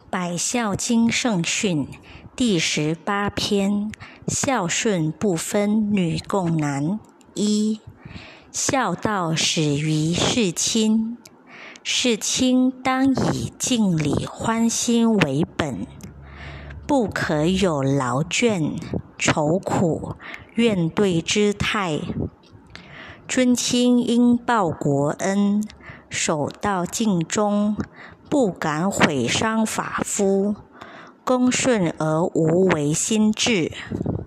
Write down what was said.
百孝经圣训第18篇：孝顺不分女共男。一、孝道始于事亲，事亲当以敬礼欢心为本，不可有劳倦、愁苦、怨怼之态。尊亲应报国恩，守道尽忠，不敢毁伤法夫，恭顺而无违心志。